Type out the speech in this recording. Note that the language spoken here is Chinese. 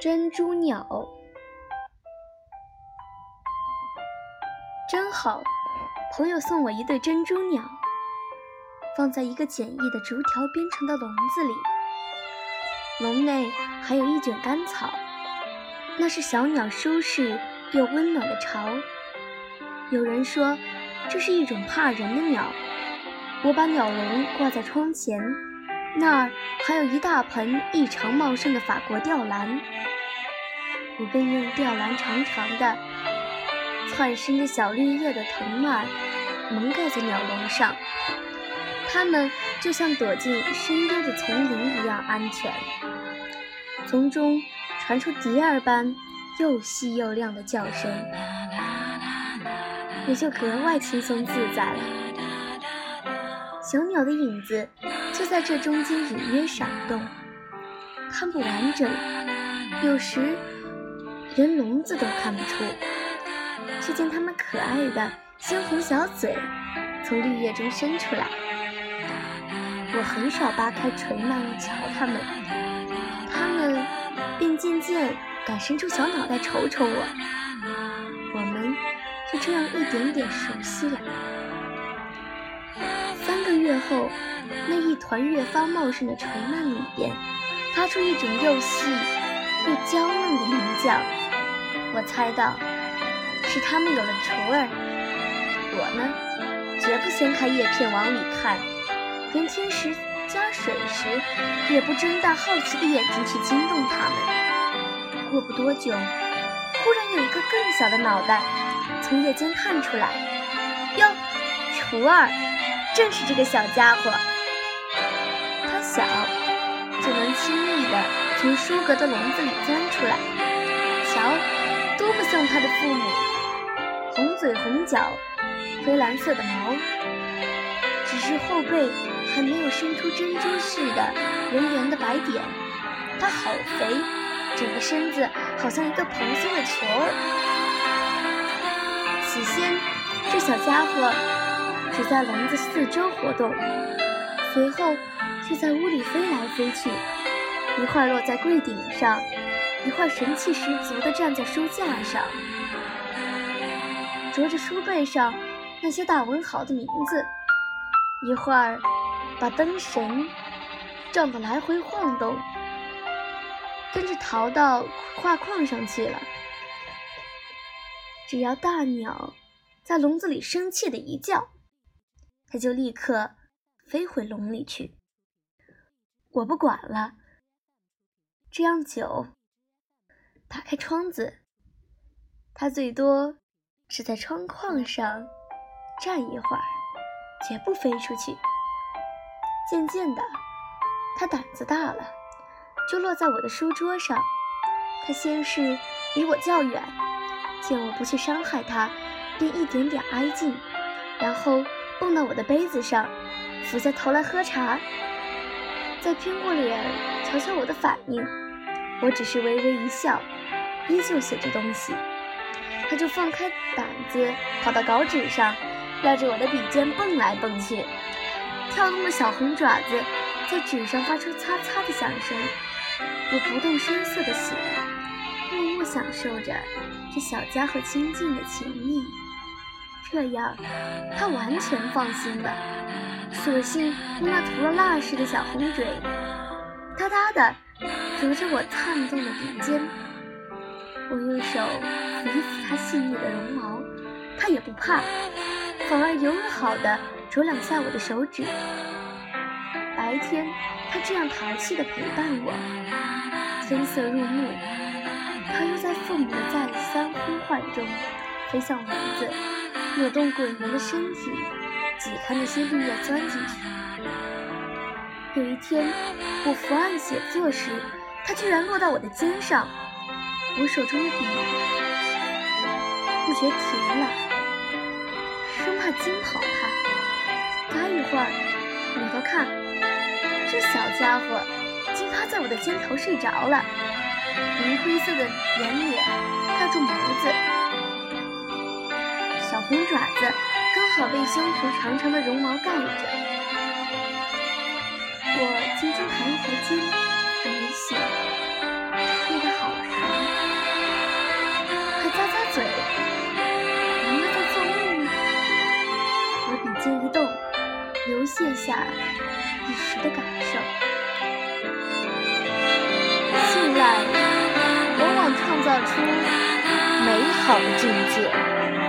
珍珠鸟。真好，朋友送我一对珍珠鸟，放在一个简易的竹条编成的笼子里，笼内还有一卷干草，那是小鸟舒适又温暖的巢。有人说这是一种怕人的鸟。我把鸟笼挂在窗前，那儿还有一大盆异常茂盛的法国吊兰。我便用吊兰长长的窜升的小绿叶的藤蔓蒙盖在鸟笼上，它们就像躲进深幽的丛林一样安全。从中传出笛儿般又细又亮的叫声，也就格外轻松自在了。小鸟的影子就在这中间隐约闪动，看不完整，有时连笼子都看不出，只见它们可爱的鲜红小嘴从绿叶中伸出来。我很少扒开垂蔓瞧它们，它们便渐渐敢伸出小脑袋瞅瞅我。我们就这样一点点熟悉了。3个月后，那一团越发茂盛的垂蔓里边发出一种又细又娇嫩的鸣叫。我猜到是它们有了雏儿。我呢，绝不掀开叶片往里看，连添食加水时也不睁大好奇的眼睛去惊动它们。过不多久，忽然有一个更小的脑袋从叶间探出来。哟，雏儿，正是这个小家伙。它小，就能轻易地从书阁的笼子里钻出来。瞧，多不像它的父母，红嘴红脚，灰蓝色的毛，只是后背还没有生出珍珠似的圆圆的白点。它好肥，整个身子好像一个蓬松的球儿。起先，这小家伙只在笼子四周活动，随后就在屋里飞来飞去，一会儿落在柜顶上，一会儿神气十足地站在书架上，啄着书背上那些大文豪的名字，一会儿把灯神撞得来回晃动，跟着逃到画框上去了。只要大鸟在笼子里生气的一叫，它就立刻飞回笼里去。我不管了，这样久，打开窗子，它最多只在窗框上站一会儿，绝不飞出去。渐渐的，它胆子大了，就落在我的书桌上。它先是离我较远，见我不去伤害它，便一点点挨近，然后蹦到我的杯子上，俯下头来喝茶。再偏过脸瞧瞧我的反应，我只是微微一笑，依旧写着东西。他就放开胆子跑到稿纸上，绕着我的笔尖蹦来蹦去，跳动的小红爪子在纸上发出擦擦的响声。我不动声色地写，默默享受着这小家伙亲近的情谊。这样他完全放心了，索性用那涂了蜡似的小红嘴哒哒地啄着我颤动的笔尖。我用手抚一抚它细腻的绒毛，它也不怕，反而友好地啄两下我的手指。白天它这样淘气地陪伴我，天色入暮，它又在父母的再三呼唤中飞向笼子，扭动滚圆的身体，挤开那些绿叶钻进去。有一天，我伏案写作时，它居然落到我的肩上，我手中的笔不觉停了，生怕惊跑它。待一会儿，扭头看，这小家伙竟趴在我的肩头睡着了，银灰色的圆脸盖住眸子，小红爪子刚好被胸脯长长的绒毛盖着。我轻轻抬一抬肩，还没醒，睡得好熟。 的感受。信赖往往创造出美好的境界。